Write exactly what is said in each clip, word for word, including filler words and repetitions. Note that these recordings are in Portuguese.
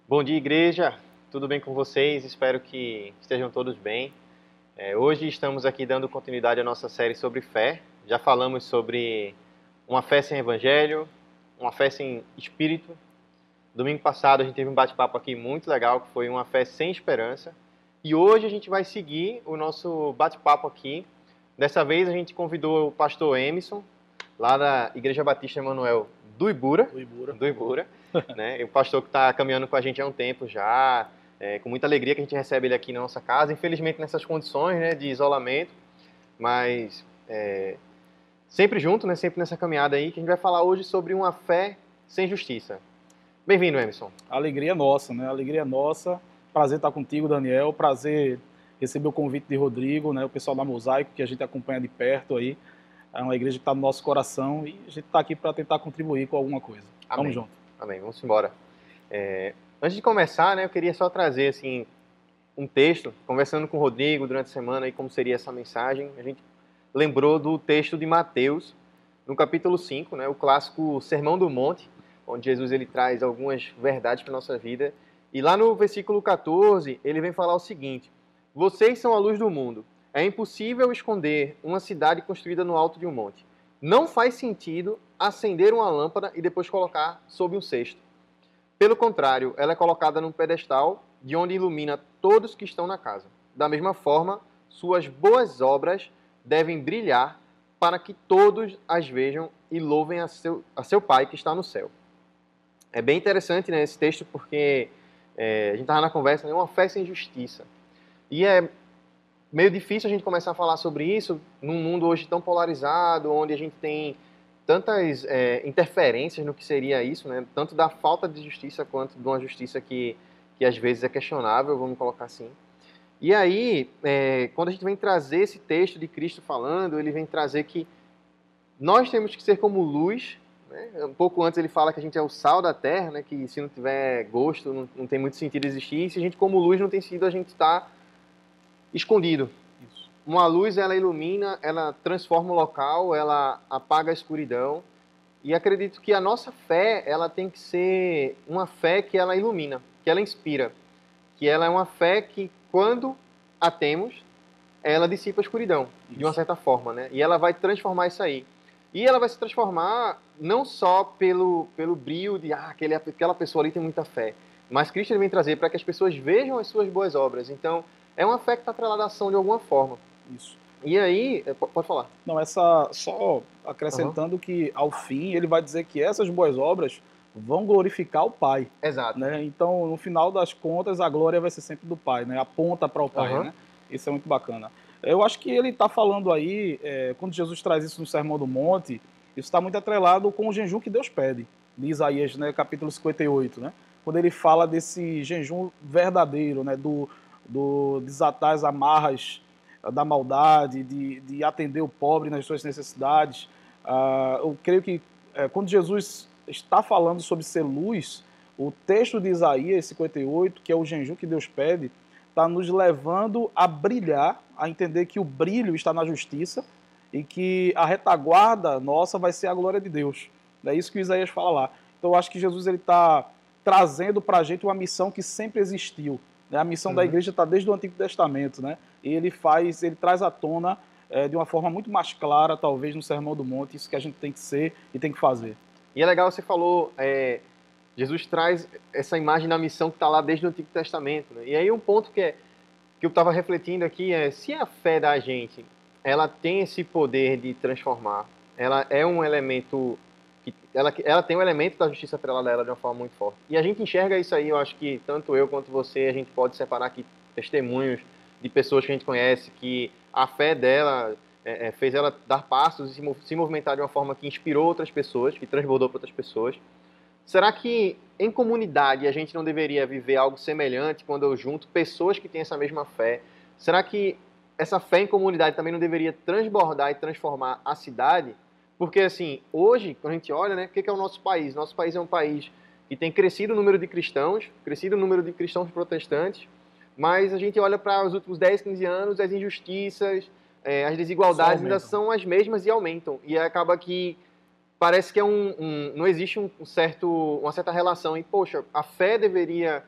Bom dia, igreja. Tudo bem com vocês? Espero que estejam todos bem. É, hoje estamos aqui dando continuidade à nossa série sobre fé. Já falamos sobre uma fé sem evangelho, uma fé sem espírito. Domingo passado a gente teve um bate-papo aqui muito legal, que foi uma fé sem esperança. E hoje a gente vai seguir o nosso bate-papo aqui. Dessa vez a gente convidou o pastor Emerson, lá da Igreja Batista Emanuel do Ibura. Do Ibura. Do Ibura, né? O pastor que está caminhando com a gente há um tempo já, é, com muita alegria que a gente recebe ele aqui na nossa casa, infelizmente nessas condições, né, de isolamento, mas é, sempre junto, né, sempre nessa caminhada aí, que a gente vai falar hoje sobre uma fé sem justiça. Bem-vindo, Emerson. A alegria é nossa, né? A alegria é nossa. Prazer estar contigo, Daniel. Prazer receber o convite de Rodrigo, né? O pessoal da Mosaico, que a gente acompanha de perto aí. É uma igreja que está no nosso coração e a gente está aqui para tentar contribuir com alguma coisa. Amém. Vamos junto. Amém. Vamos embora. É, antes de começar, né, eu queria só trazer assim, um texto, conversando com o Rodrigo durante a semana, e como seria essa mensagem. A gente lembrou do texto de Mateus, no capítulo cinco, né, o clássico Sermão do Monte, onde Jesus ele traz algumas verdades para a nossa vida. E lá no versículo quatorze, ele vem falar o seguinte: vocês são a luz do mundo. É impossível esconder uma cidade construída no alto de um monte. Não faz sentido acender uma lâmpada e depois colocar sob um cesto. Pelo contrário, ela é colocada num pedestal de onde ilumina todos que estão na casa. Da mesma forma, suas boas obras devem brilhar para que todos as vejam e louvem a seu, a seu Pai que está no céu. É bem interessante, né, esse texto, porque é, a gente estava na conversa, né, uma fé sem justiça. E é meio difícil a gente começar a falar sobre isso num mundo hoje tão polarizado, onde a gente tem tantas é, interferências no que seria isso, né? Tanto da falta de justiça quanto de uma justiça que, que às vezes é questionável, vamos colocar assim. E aí, é, quando a gente vem trazer esse texto de Cristo falando, ele vem trazer que nós temos que ser como luz, né? Um pouco antes ele fala que a gente é o sal da terra, né? Que se não tiver gosto, não, não tem muito sentido existir. E se a gente como luz não tem sentido, a gente está escondido. Isso. Uma luz, ela ilumina, ela transforma o local, ela apaga a escuridão. E acredito que a nossa fé, ela tem que ser uma fé que ela ilumina, que ela inspira. Que ela é uma fé que, quando a temos, ela dissipa a escuridão, isso, de uma certa forma, né? E ela vai transformar isso aí. E ela vai se transformar não só pelo, pelo brilho de ah, aquele, aquela pessoa ali tem muita fé, mas Cristo ele vem trazer para que as pessoas vejam as suas boas obras. Então, é uma fé que está atrelada à ação de alguma forma. Isso. E aí, pode falar. Não, essa, só acrescentando uhum. que ao fim ele vai dizer que essas boas obras vão glorificar o Pai. Exato. Né? Então, no final das contas, a glória vai ser sempre do Pai, né? Aponta para o Pai, uhum. né? Isso é muito bacana. Eu acho que ele está falando aí, é, quando Jesus traz isso no Sermão do Monte, isso está muito atrelado com o jejum que Deus pede, de Isaías, né, capítulo cinquenta e oito, né? Quando ele fala desse jejum verdadeiro, né, do, do desatar as amarras da maldade, de, de atender o pobre nas suas necessidades. Uh, eu creio que é, quando Jesus está falando sobre ser luz, o texto de Isaías cinquenta e oito, que é o jejum que Deus pede, está nos levando a brilhar, a entender que o brilho está na justiça e que a retaguarda nossa vai ser a glória de Deus. É isso que o Isaías fala lá. Então eu acho que Jesus está trazendo para a gente uma missão que sempre existiu. Né? A missão uhum. da igreja está desde o Antigo Testamento, né? E ele faz, ele traz à tona é, de uma forma muito mais clara, talvez, no Sermão do Monte, isso que a gente tem que ser e tem que fazer. E é legal, você falou, é, Jesus traz essa imagem da missão que está lá desde o Antigo Testamento. Né? E aí um ponto que, é, que eu estava refletindo aqui é, se a fé da gente, ela tem esse poder de transformar, ela é um elemento, que, ela, ela tem um elemento da justiça atrelada a ela de uma forma muito forte. E a gente enxerga isso aí, eu acho que tanto eu quanto você, a gente pode separar aqui testemunhos de pessoas que a gente conhece, que a fé dela é, fez ela dar passos e se, se movimentar de uma forma que inspirou outras pessoas, que transbordou para outras pessoas. Será que em comunidade a gente não deveria viver algo semelhante quando eu junto pessoas que têm essa mesma fé? Será que essa fé em comunidade também não deveria transbordar e transformar a cidade? Porque, assim, hoje, quando a gente olha, né, o que é o nosso país? Nosso país é um país que tem crescido o número de cristãos, crescido o número de cristãos protestantes, mas a gente olha para os últimos dez, quinze anos, as injustiças, é, as desigualdades ainda são as mesmas e aumentam. E acaba que parece que é um, um, não existe um certo, uma certa relação em, poxa, a fé deveria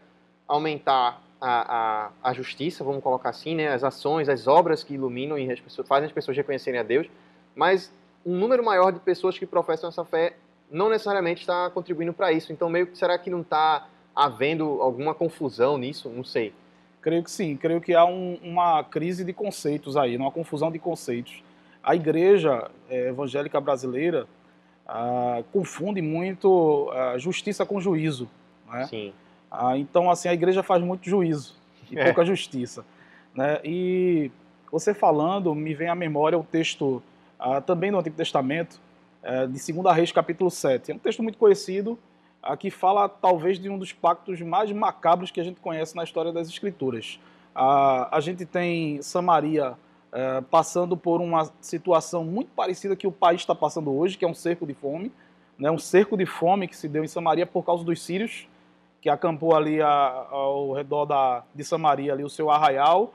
aumentar a, a, a justiça, vamos colocar assim, né? As ações, as obras que iluminam e as pessoas, fazem as pessoas reconhecerem a Deus, mas um número maior de pessoas que professam essa fé não necessariamente está contribuindo para isso. Então, meio que será que não está havendo alguma confusão nisso? Não sei. Creio que sim, creio que há um, uma crise de conceitos aí, uma confusão de conceitos. A igreja é, evangélica brasileira ah, confunde muito ah, justiça com juízo, né? Sim. Ah, então, assim, a igreja faz muito juízo e É. pouca justiça, né? E você falando, me vem à memória o texto ah, também do Antigo Testamento, eh, de segunda Reis, capítulo sete. É um texto muito conhecido, ah, que fala talvez de um dos pactos mais macabros que a gente conhece na história das Escrituras. Ah, a gente tem Samaria eh, passando por uma situação muito parecida que o país está passando hoje, que é um cerco de fome, né? Um cerco de fome que se deu em Samaria por causa dos sírios, que acampou ali a, ao redor da, de Samaria ali o seu arraial.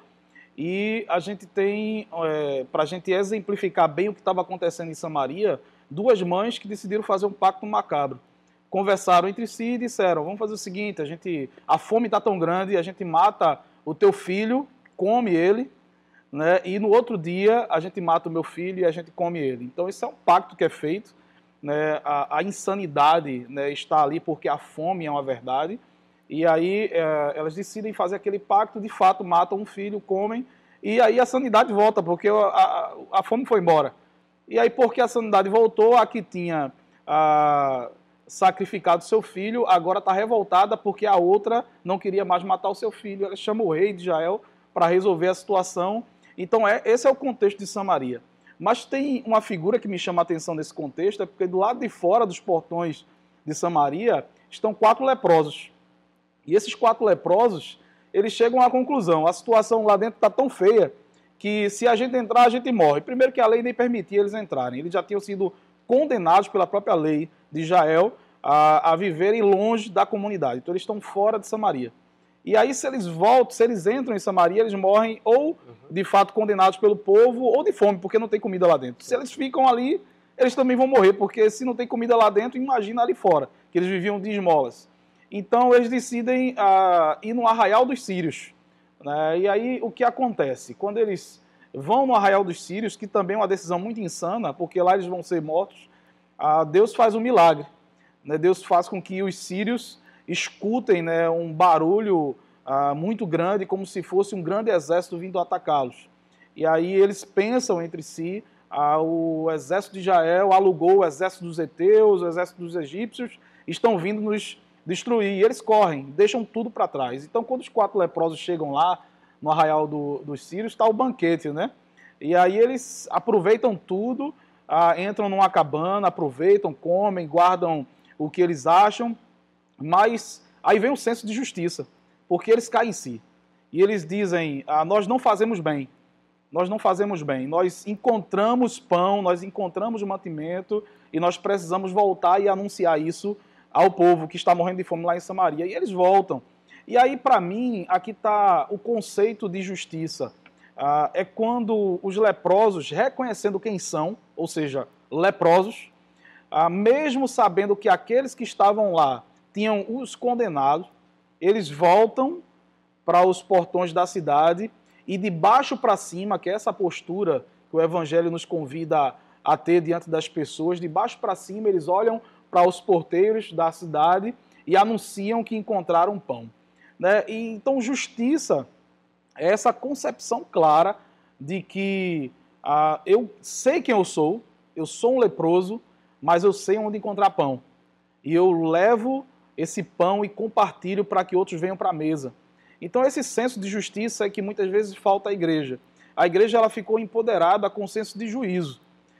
E a gente tem, é, para a gente exemplificar bem o que estava acontecendo em Samaria, duas mães que decidiram fazer um pacto macabro. Conversaram entre si e disseram, vamos fazer o seguinte, a, gente, a fome está tão grande, a gente mata o teu filho, come ele, né, e no outro dia a gente mata o meu filho e a gente come ele. Então esse é um pacto que é feito, né, a, a insanidade, né, está ali porque a fome é uma verdade. E aí é, elas decidem fazer aquele pacto, de fato matam um filho, comem, e aí a sanidade volta, porque a, a, a fome foi embora. E aí porque a sanidade voltou, a que tinha a, sacrificado seu filho, agora está revoltada porque a outra não queria mais matar o seu filho. Ela chama o rei de Israel para resolver a situação. Então é, esse é o contexto de Samaria. Mas tem uma figura que me chama a atenção nesse contexto, é porque do lado de fora dos portões de Samaria estão quatro leprosos. E esses quatro leprosos, eles chegam à conclusão, a situação lá dentro está tão feia que se a gente entrar, a gente morre. Primeiro que a lei nem permitia eles entrarem, eles já tinham sido condenados pela própria lei de Israel a, a viverem longe da comunidade. Então eles estão fora de Samaria. E aí se eles voltam, se eles entram em Samaria, eles morrem ou de fato condenados pelo povo ou de fome, porque não tem comida lá dentro. Se eles ficam ali, eles também vão morrer, porque se não tem comida lá dentro, imagina ali fora, que eles viviam de esmolas. Então eles decidem uh, ir no Arraial dos Sírios, né? E aí o que acontece? Quando eles vão no Arraial dos Sírios, que também é uma decisão muito insana, porque lá eles vão ser mortos, uh, Deus faz um milagre, né? Deus faz com que os sírios escutem, né, um barulho uh, muito grande, como se fosse um grande exército vindo atacá-los. E aí eles pensam entre si, uh, o exército de Israel alugou o exército dos heteus, o exército dos egípcios, estão vindo nos destruir, e eles correm, deixam tudo para trás. Então, quando os quatro leprosos chegam lá, no Arraial do, dos Sírios, está o banquete, né? E aí eles aproveitam tudo, ah, entram numa cabana, aproveitam, comem, guardam o que eles acham, mas aí vem o senso de justiça, porque eles caem em si. E eles dizem, ah, nós não fazemos bem, nós não fazemos bem, nós encontramos pão, nós encontramos mantimento, e nós precisamos voltar e anunciar isso ao povo que está morrendo de fome lá em Samaria. E eles voltam. E aí, para mim, aqui está o conceito de justiça. Ah, é quando os leprosos, reconhecendo quem são, ou seja, leprosos, ah, mesmo sabendo que aqueles que estavam lá tinham os condenados, eles voltam para os portões da cidade e de baixo para cima, que é essa postura que o Evangelho nos convida a ter diante das pessoas, de baixo para cima eles olham para os porteiros da cidade e anunciam que encontraram pão, né? E, então, justiça é essa concepção clara de que ah, eu sei quem eu sou, eu sou um leproso, mas eu sei onde encontrar pão. E eu levo esse pão e compartilho para que outros venham para a mesa. Então, esse senso de justiça é que muitas vezes falta à igreja. A igreja ela ficou empoderada com o senso de juízo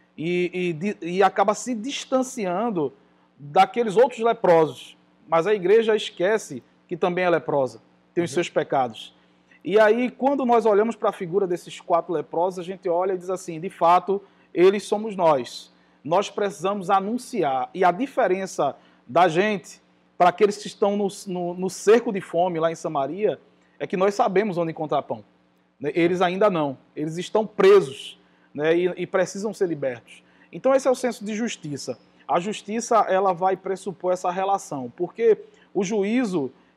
e, e, e acaba se distanciando daqueles outros leprosos, mas a igreja esquece que também é leprosa, tem os seus pecados. E aí, quando nós olhamos para a figura desses quatro leprosos, a gente olha e diz assim, de fato, eles somos nós. Nós precisamos anunciar. E a diferença da gente para aqueles que estão no, no, no cerco de fome lá em Samaria é que nós sabemos onde encontrar pão. Eles ainda não. Eles estão presos, né, e, e precisam ser libertos. Então, esse é o senso de justiça. A justiça ela vai pressupor essa relação, porque o juízo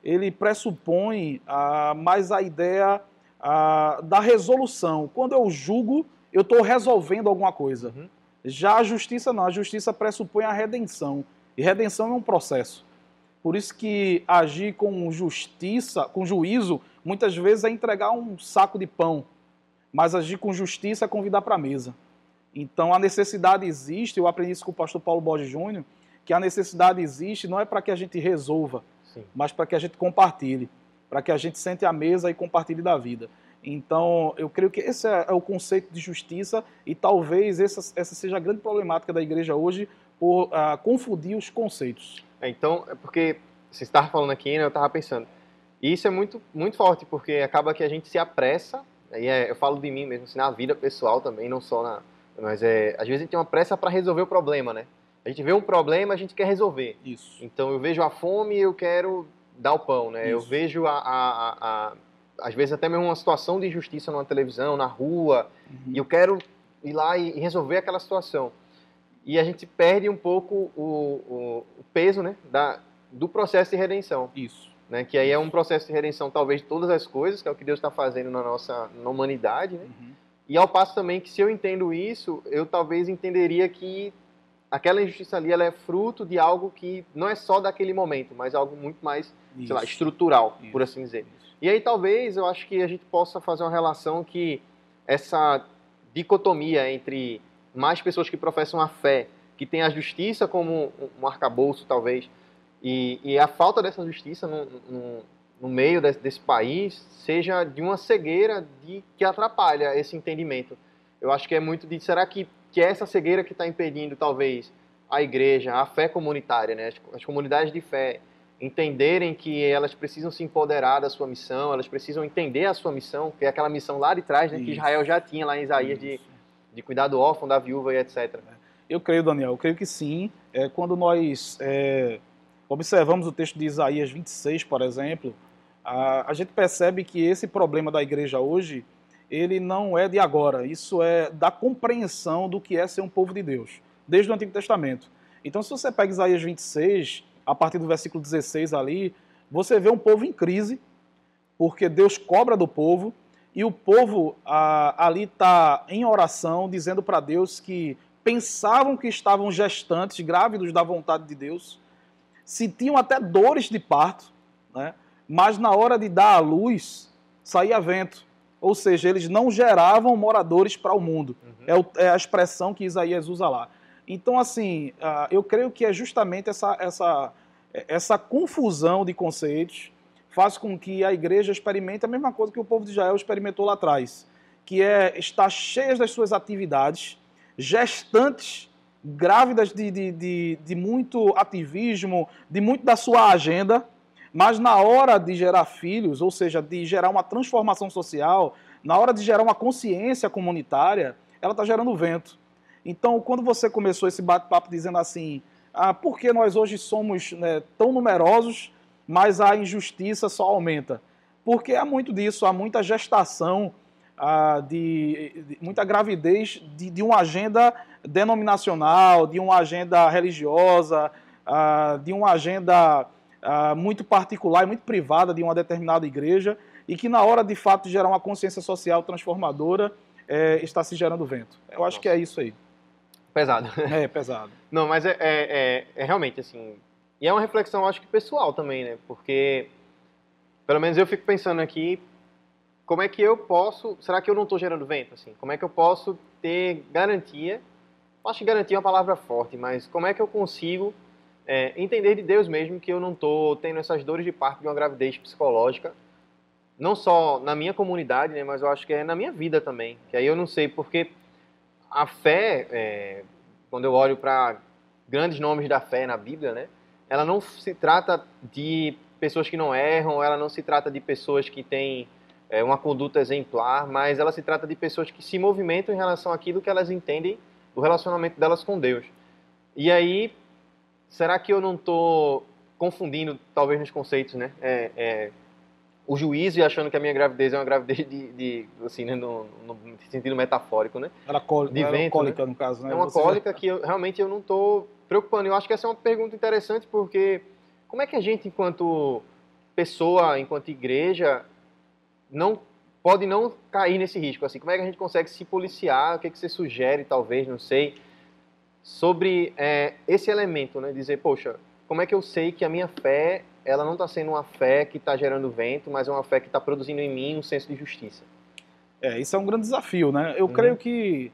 ele pressupõe ah, mais a ideia ah, da resolução. Quando eu julgo, eu estou resolvendo alguma coisa. Uhum. Já a justiça não, a justiça pressupõe a redenção. E redenção é um processo. Por isso que agir com justiça, com juízo, muitas vezes é entregar um saco de pão. Mas agir com justiça é convidar para a mesa. Então a necessidade existe, eu aprendi isso com o pastor Paulo Borges Júnior, que a necessidade existe não é para que a gente resolva, Sim. mas para que a gente compartilhe, para que a gente sente à mesa e compartilhe da vida. Então, eu creio que esse é o conceito de justiça e talvez essa, essa seja a grande problemática da igreja hoje, por uh, confundir os conceitos. É, então, é porque você estava falando aqui, né, eu estava pensando, e isso é muito, muito forte, porque acaba que a gente se apressa, e é, eu falo de mim mesmo, assim, na vida pessoal também, não só na... Mas é, às vezes a gente tem uma pressa para resolver o problema, né? A gente vê um problema, a gente quer resolver. Isso. Então, eu vejo a fome e eu quero dar o pão, né? Isso. Eu vejo, a, a, a, a, às vezes, até mesmo uma situação de injustiça numa televisão, na rua, uhum. e eu quero ir lá e, e resolver aquela situação. E a gente perde um pouco o, o, o peso, né, da, do processo de redenção. Isso. Né? Que aí é um processo de redenção, talvez, de todas as coisas, que é o que Deus está fazendo na nossa na humanidade, né? Uhum. E ao passo também que, se eu entendo isso, eu talvez entenderia que aquela injustiça ali ela é fruto de algo que não é só daquele momento, mas algo muito mais, isso. sei lá, estrutural, isso. por assim dizer. Isso. E aí talvez eu acho que a gente possa fazer uma relação que essa dicotomia entre mais pessoas que professam a fé, que tem a justiça como um arcabouço, talvez, e, e a falta dessa justiça no, no, no meio desse, desse país seja de uma cegueira de, que atrapalha esse entendimento. Eu acho que é muito de, será que, que é essa cegueira que está impedindo, talvez, a igreja, a fé comunitária, né? as, as comunidades de fé, entenderem que elas precisam se empoderar da sua missão, elas precisam entender a sua missão, que é aquela missão lá de trás, né, que Israel já tinha lá em Isaías, de, de cuidar do órfão, da viúva e etcétera. Eu creio, Daniel, eu creio que sim. É, quando nós é, observamos o texto de Isaías vinte e seis, por exemplo, a, a gente percebe que esse problema da igreja hoje, ele não é de agora, isso é da compreensão do que é ser um povo de Deus, desde o Antigo Testamento. Então, se você pega Isaías vinte e seis, a partir do versículo dezesseis ali, você vê um povo em crise, porque Deus cobra do povo, e o povo ah, ali está em oração, dizendo para Deus que pensavam que estavam gestantes, grávidos da vontade de Deus, sentiam até dores de parto, né? Mas na hora de dar à luz, saía vento. Ou seja, eles não geravam moradores para o mundo. Uhum. É, o, é a expressão que Isaías usa lá. Então, assim, uh, eu creio que é justamente essa, essa, essa confusão de conceitos faz com que a igreja experimente a mesma coisa que o povo de Israel experimentou lá atrás, que é estar cheia das suas atividades, gestantes, grávidas de, de, de, de muito ativismo, de muito da sua agenda, mas na hora de gerar filhos, ou seja, de gerar uma transformação social, na hora de gerar uma consciência comunitária, ela está gerando vento. Então, quando você começou esse bate-papo dizendo assim, ah, por que nós hoje somos né, tão numerosos, mas a injustiça só aumenta? Porque há muito disso, há muita gestação, ah, de, de, muita gravidez de, de uma agenda denominacional, de uma agenda religiosa, ah, de uma agenda ah, muito particular e muito privada de uma determinada igreja, e que na hora de fato de gerar uma consciência social transformadora, é, está se gerando vento. Eu acho Nossa. que é isso aí. Pesado. É, pesado. Não, mas é, é, é, é realmente assim... E é uma reflexão, acho que pessoal também, né? Porque, pelo menos eu fico pensando aqui, como é que eu posso... Será que eu não estou gerando vento, assim? Como é que eu posso ter garantia? Acho que garantia é uma palavra forte, mas como é que eu consigo é, entender de Deus mesmo que eu não estou tendo essas dores de parto de uma gravidez psicológica, não só na minha comunidade, né? Mas eu acho que é na minha vida também. Que aí eu não sei, porque... A fé, é, quando eu olho para grandes nomes da fé na Bíblia, né, ela não se trata de pessoas que não erram, ela não se trata de pessoas que têm é, uma conduta exemplar, mas ela se trata de pessoas que se movimentam em relação àquilo que elas entendem do relacionamento delas com Deus. E aí, será que eu não estou confundindo, talvez, nos conceitos, né? É, é, o juízo e achando que a minha gravidez é uma gravidez de, de assim, né, no, no sentido metafórico, né? Era, col de vento, era cólica, né? no caso, né? É uma Você cólica já... que eu, realmente eu não estou preocupando. Eu acho que essa é uma pergunta interessante, porque como é que a gente, enquanto pessoa, enquanto igreja, não pode não cair nesse risco? Assim, como é que a gente consegue se policiar? O que, é que você sugere, talvez, não sei, sobre é, esse elemento, né? Dizer, poxa, como é que eu sei que a minha fé, ela não está sendo uma fé que está gerando vento, mas é uma fé que está produzindo em mim um senso de justiça? É, isso é um grande desafio, né? Eu Uhum. creio que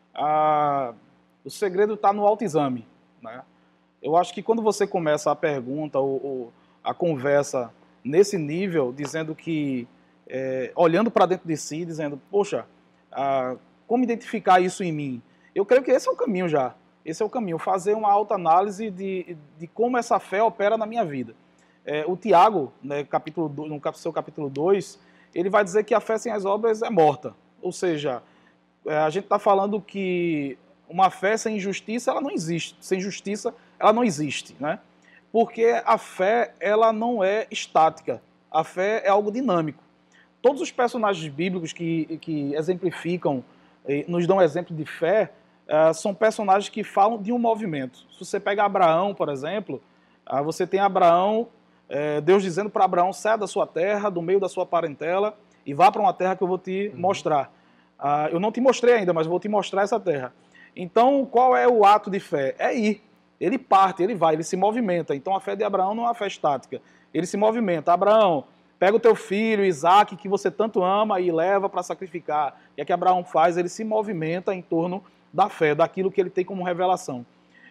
a, o segredo está no autoexame, né? Eu acho que quando você começa a pergunta ou, ou a conversa nesse nível, dizendo que, é, olhando para dentro de si, dizendo, poxa, ah, como identificar isso em mim? Eu creio que esse é o caminho já. Esse é o caminho, fazer uma autoanálise de, de como essa fé opera na minha vida. É, o Tiago, né, capítulo dois, no seu capítulo dois, ele vai dizer que a fé sem as obras é morta. Ou seja, é, a gente está falando que uma fé sem justiça, ela não existe. Sem justiça, ela não existe, né? Porque a fé, ela não é estática. A fé é algo dinâmico. Todos os personagens bíblicos que, que exemplificam, nos dão exemplo de fé, uh, são personagens que falam de um movimento. Se você pega Abraão, por exemplo, uh, você tem Abraão, uh, Deus dizendo para Abraão, saia da sua terra, do meio da sua parentela, e vá para uma terra que eu vou te uhum. mostrar. Uh, eu não te mostrei ainda, mas vou te mostrar essa terra. Então, qual é o ato de fé? É ir. Ele parte, ele vai, ele se movimenta. Então, a fé de Abraão não é uma fé estática. Ele se movimenta. Abraão, pega o teu filho, Isaque, que você tanto ama, e leva para sacrificar. O que é que Abraão faz? Ele se movimenta em torno da fé, daquilo que ele tem como revelação.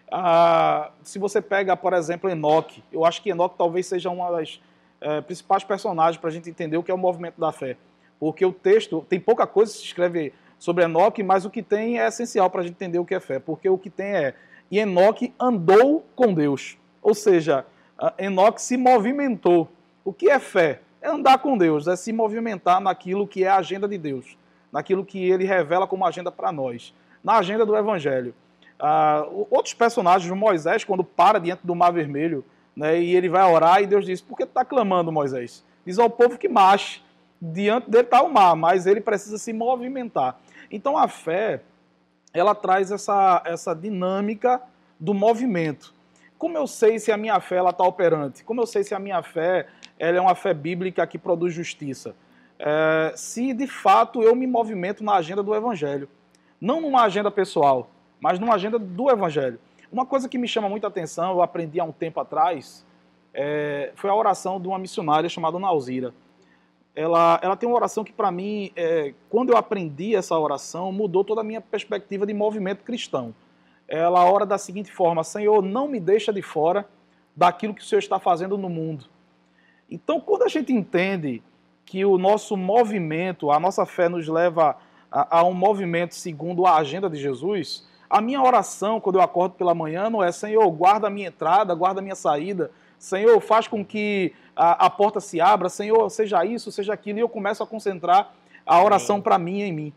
Ah, se você pega, por exemplo, Enoque, eu acho que Enoque talvez seja uma das é, principais personagens para a gente entender o que é o movimento da fé. Porque o texto, tem pouca coisa que se escreve sobre Enoque, mas o que tem é essencial para a gente entender o que é fé. Porque o que tem é, e Enoque andou com Deus. Ou seja, Enoque se movimentou. O que é fé? É andar com Deus, é se movimentar naquilo que é a agenda de Deus, naquilo que ele revela como agenda para nós, na agenda do Evangelho. Uh, outros personagens, Moisés, quando para diante do Mar Vermelho, né, e ele vai orar, e Deus diz, por que tu está clamando, Moisés? Diz ao povo que marche, diante dele está o mar, mas ele precisa se movimentar. Então a fé, ela traz essa, essa dinâmica do movimento. Como eu sei se a minha fé está operante? Como eu sei se a minha fé ela é uma fé bíblica que produz justiça? É, se de fato eu me movimento na agenda do Evangelho. Não numa agenda pessoal, mas numa agenda do Evangelho. Uma coisa que me chama muita atenção, eu aprendi há um tempo atrás, é, foi a oração de uma missionária chamada Nauzira. Ela, ela tem uma oração que, para mim, é, quando eu aprendi essa oração, mudou toda a minha perspectiva de movimento cristão. Ela ora da seguinte forma, Senhor, não me deixa de fora daquilo que o Senhor está fazendo no mundo. Então, quando a gente entende que o nosso movimento, a nossa fé nos leva a, a um movimento segundo a agenda de Jesus, a minha oração, quando eu acordo pela manhã, não é Senhor, guarda a minha entrada, guarda a minha saída, Senhor, faz com que a, a porta se abra, Senhor, seja isso, seja aquilo, e eu começo a concentrar a oração para mim e em mim.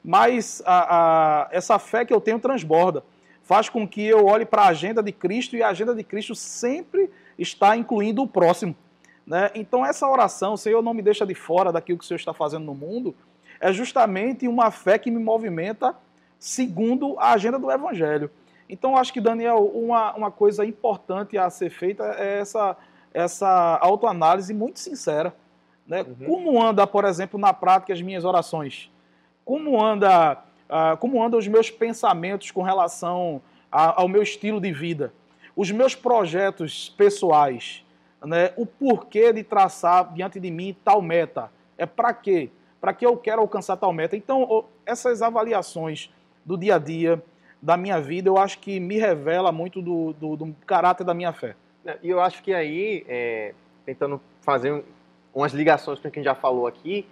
Mas a, a, essa fé que eu tenho transborda, faz com que eu olhe para a agenda de Cristo, e a agenda de Cristo sempre está incluindo o próximo. Né? Então essa oração, Senhor, não me deixa de fora daquilo que o Senhor está fazendo no mundo, é justamente uma fé que me movimenta segundo a agenda do Evangelho. Então acho que, Daniel, uma, uma coisa importante a ser feita é essa, essa autoanálise muito sincera. Né? Uhum. Como anda, por exemplo, na prática as minhas orações? Como anda, uh, como andam os meus pensamentos com relação a, ao meu estilo de vida? Os meus projetos pessoais? Né, o porquê de traçar diante de mim tal meta. É para quê? Para que eu quero alcançar tal meta. Então, essas avaliações do dia a dia, da minha vida, eu acho que me revela muito do, do, do caráter da minha fé. E eu acho que aí, é, tentando fazer umas ligações com o que a gente já falou aqui,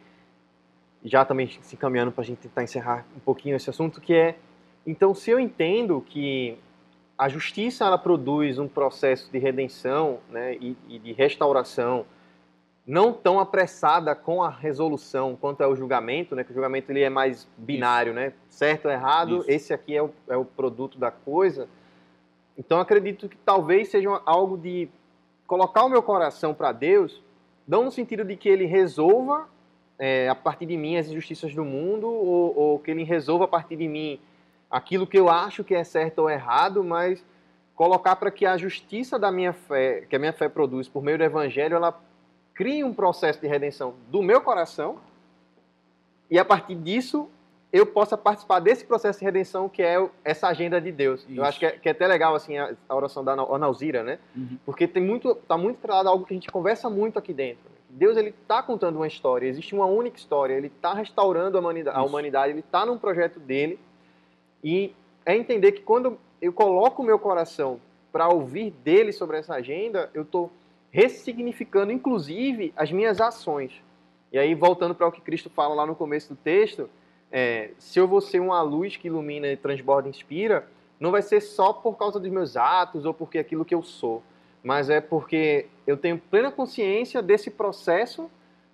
já também se encaminhando para a gente tentar encerrar um pouquinho esse assunto, que é, então, se eu entendo que a justiça, ela produz um processo de redenção, né, e, e de restauração não tão apressada com a resolução quanto é o julgamento, né, que o julgamento ele é mais binário, né, certo ou errado, Isso. esse aqui é o, é o produto da coisa. Então acredito que talvez seja algo de colocar o meu coração para Deus, não no sentido de que ele resolva é, a partir de mim as injustiças do mundo, ou, ou que ele resolva a partir de mim aquilo que eu acho que é certo ou errado, mas colocar para que a justiça da minha fé, que a minha fé produz por meio do Evangelho, ela crie um processo de redenção do meu coração e a partir disso eu possa participar desse processo de redenção que é essa agenda de Deus. Isso. Eu acho que é, que é até legal assim, a, a oração da Analzira, né? Uhum. Porque tem muito, tá muito atrelado a algo que a gente conversa muito aqui dentro. Deus ele está contando uma história, existe uma única história, ele está restaurando a humanidade, a humanidade ele está num projeto dele e é entender que quando eu coloco o meu coração para ouvir dele sobre essa agenda, eu estou ressignificando inclusive as minhas ações. E aí voltando para o que Cristo fala lá no começo do texto, É, se eu vou ser uma luz que ilumina, transborda e inspira, não vai ser só por causa dos meus atos ou porque aquilo que eu sou, mas é porque eu tenho plena consciência desse processo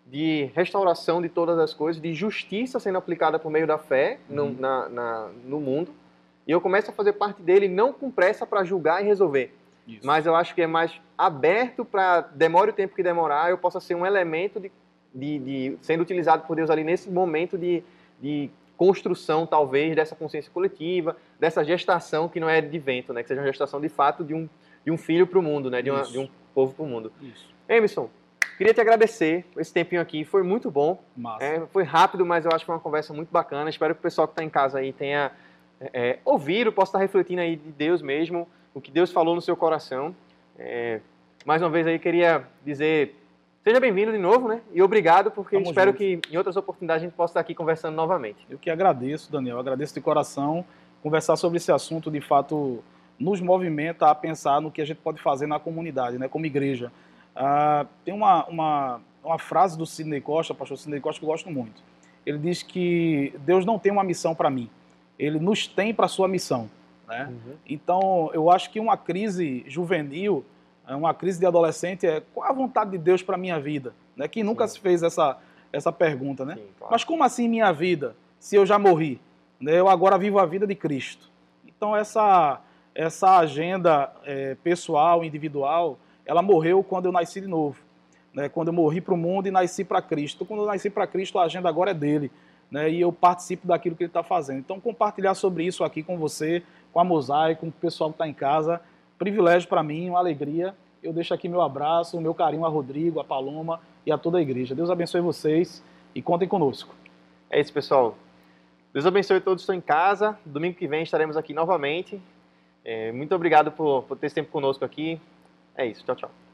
de restauração de todas as coisas, de justiça sendo aplicada por meio da fé no, uhum. na, na, no mundo, e eu começo a fazer parte dele não com pressa para julgar e resolver, Isso. mas eu acho que é mais aberto para, demore o tempo que demorar, eu possa ser um elemento de, de, de, sendo utilizado por Deus ali nesse momento de de construção, talvez, dessa consciência coletiva, dessa gestação que não é de vento, né? Que seja uma gestação, de fato, de um, de um filho para o mundo, né? De, uma, de um povo para o mundo. Isso. Emerson, queria te agradecer esse tempinho aqui, foi muito bom. É, foi rápido, mas eu acho que foi uma conversa muito bacana. Espero que o pessoal que está em casa aí tenha é, ouvido, possa estar refletindo aí de Deus mesmo, o que Deus falou no seu coração. É, mais uma vez aí, queria dizer... Seja bem-vindo de novo, né? E obrigado, porque Tamo espero junto. que em outras oportunidades a gente possa estar aqui conversando novamente. Eu que agradeço, Daniel. Agradeço de coração. Conversar sobre esse assunto, de fato, nos movimenta a pensar no que a gente pode fazer na comunidade, né? Como igreja. Ah, tem uma, uma, uma frase do Sidney Costa, pastor Sidney Costa, que eu gosto muito. Ele diz que Deus não tem uma missão para mim. Ele nos tem para a sua missão, né? Uhum. Então, eu acho que uma crise juvenil... uma crise de adolescente é qual a vontade de Deus para a minha vida? Né? Quem nunca Sim. se fez essa, essa pergunta, né? Sim, claro. Mas como assim minha vida, se eu já morri? Né? Eu agora vivo a vida de Cristo. Então essa, essa agenda é, pessoal, individual, ela morreu quando eu nasci de novo. Né? Quando eu morri para o mundo e nasci para Cristo. Quando eu nasci para Cristo, a agenda agora é dele. Né? E eu participo daquilo que ele está fazendo. Então compartilhar sobre isso aqui com você, com a Mosaico, com o pessoal que está em casa, privilégio para mim, uma alegria. Eu deixo aqui meu abraço, o meu carinho a Rodrigo, a Paloma e a toda a igreja. Deus abençoe vocês e contem conosco. É isso, pessoal. Deus abençoe todos que estão em casa. Domingo que vem estaremos aqui novamente. É, muito obrigado por, por ter esse tempo conosco aqui. É isso. Tchau, tchau.